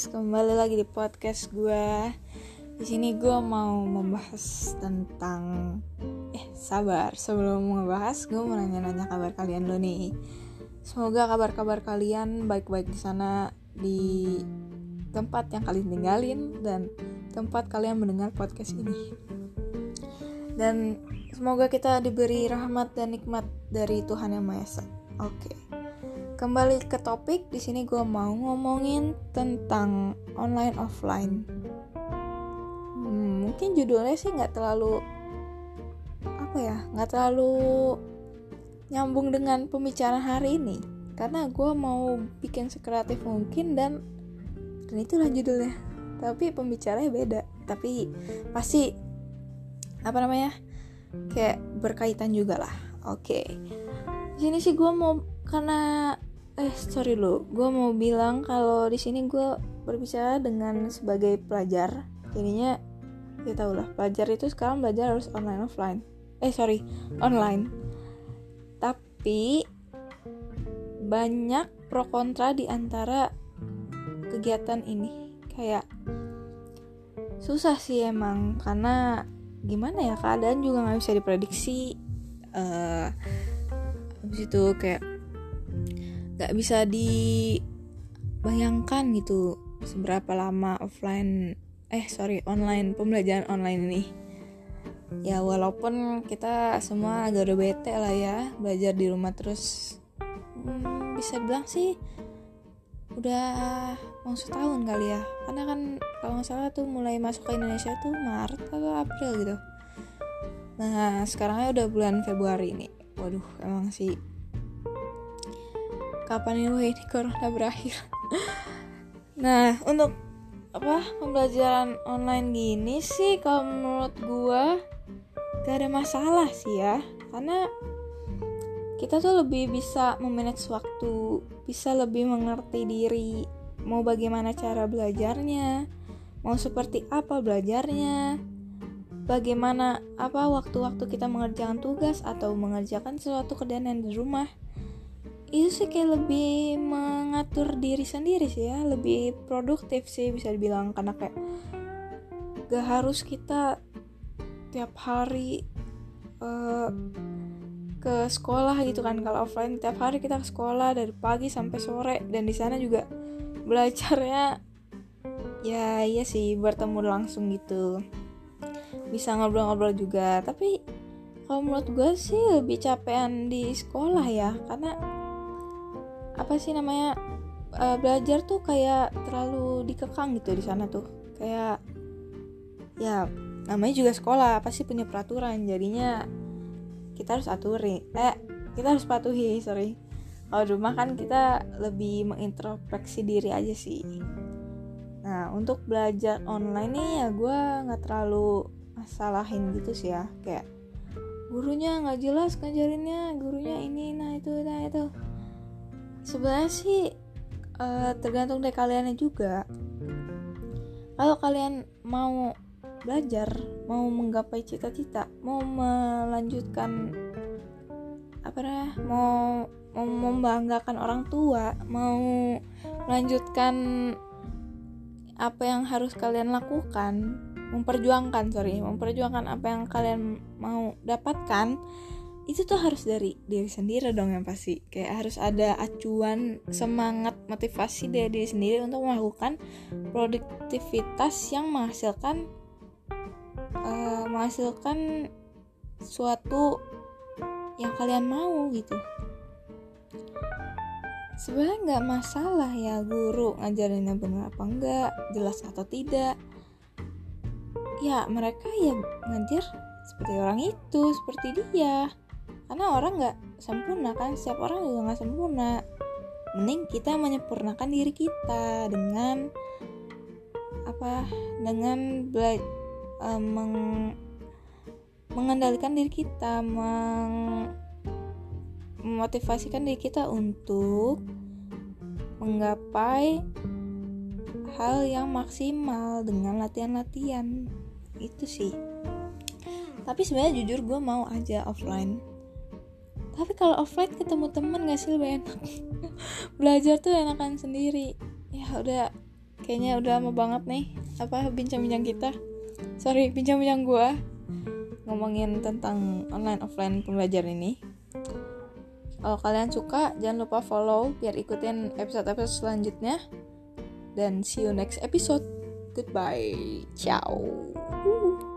guys, kembali lagi di podcast gue. Di sini gue mau membahas tentang sabar. Sebelum ngebahas, gue mau nanya-nanya kabar kalian dulu nih. Semoga kabar-kabar kalian baik-baik di sana, di tempat yang kalian tinggalin dan tempat kalian mendengar podcast ini. Dan semoga kita diberi rahmat dan nikmat dari Tuhan Yang Maha Esa. Oke. Kembali ke topik, di sini gue mau ngomongin tentang online offline. Mungkin judulnya sih nggak terlalu nyambung dengan pembicaraan hari ini, karena gue mau bikin sekreatif mungkin dan itulah judulnya. Tapi pembicaranya beda, tapi pasti kayak berkaitan juga lah. Oke. Di sini sih gue mau gue mau bilang kalau di sini gue berbicara dengan sebagai pelajar. Jadinya ya tau lah, pelajar itu sekarang belajar harus online. Tapi banyak pro kontra di antara kegiatan ini. Kayak susah sih emang, karena gimana ya, keadaan juga nggak bisa diprediksi. Habis itu kayak gak bisa dibayangkan gitu seberapa lama online pembelajaran online ini. Ya walaupun kita semua agak udah bete lah ya, belajar di rumah terus. Bisa dibilang sih udah mau setahun kali ya, karena kan kalau gak salah tuh mulai masuk ke Indonesia tuh Maret atau April gitu. Nah sekarangnya udah bulan Februari nih. Waduh, emang sih kapan ini corona berakhir. Nah, untuk pembelajaran online gini sih kalau menurut gua gak ada masalah sih ya, karena kita tuh lebih bisa memanage waktu, bisa lebih mengerti diri, mau bagaimana cara belajarnya, mau seperti apa belajarnya, bagaimana waktu-waktu kita mengerjakan tugas atau mengerjakan sesuatu kerjaan yang di rumah. Itu sih kayak lebih mengatur diri sendiri sih ya, lebih produktif sih bisa dibilang, karena kayak gak harus kita tiap hari ke sekolah gitu kan. Kalau offline tiap hari kita ke sekolah dari pagi sampai sore, dan di sana juga belajarnya ya iya sih bertemu langsung gitu, bisa ngobrol-ngobrol juga. Tapi kalau menurut gue sih lebih capean di sekolah ya, karena belajar tuh kayak terlalu dikekang gitu di sana tuh. Kayak ya namanya juga sekolah, pasti punya peraturan, jadinya kita harus patuhi. Kalau di rumah kan kita lebih mengintrospeksi diri aja sih. Nah untuk belajar online nih ya gue nggak terlalu masalahin gitu sih ya, kayak gurunya nggak jelas ngajarinnya, gurunya ini itu. Sebenarnya sih tergantung dari kaliannya juga. Kalau kalian mau belajar, mau menggapai cita-cita, mau melanjutkan mau membanggakan orang tua, mau melanjutkan apa yang harus kalian lakukan, memperjuangkan apa yang kalian mau dapatkan, itu tuh harus dari diri sendiri dong yang pasti. Kayak harus ada acuan, semangat, motivasi dari diri sendiri untuk melakukan produktivitas yang menghasilkan suatu yang kalian mau gitu. Sebenarnya nggak masalah ya guru ngajarinnya benar apa enggak, jelas atau tidak. Ya mereka ya ngajar seperti orang itu, seperti dia. Karena orang gak sempurna kan, setiap orang juga gak sempurna. Mending kita menyempurnakan diri kita dengan mengendalikan diri kita, memotivasikan diri kita untuk menggapai hal yang maksimal dengan latihan-latihan. Itu sih. Tapi sebenarnya jujur gue mau aja offline. Tapi kalau offline ketemu temen gak sih lebih enak. Belajar tuh enakan sendiri. Ya udah kayaknya udah lama banget nih bincang-bincang kita. Bincang-bincang gua ngomongin tentang online offline pembelajaran ini. Kalau kalian suka, jangan lupa follow biar ikutin episode-episode selanjutnya. Dan see you next episode. Goodbye. Ciao.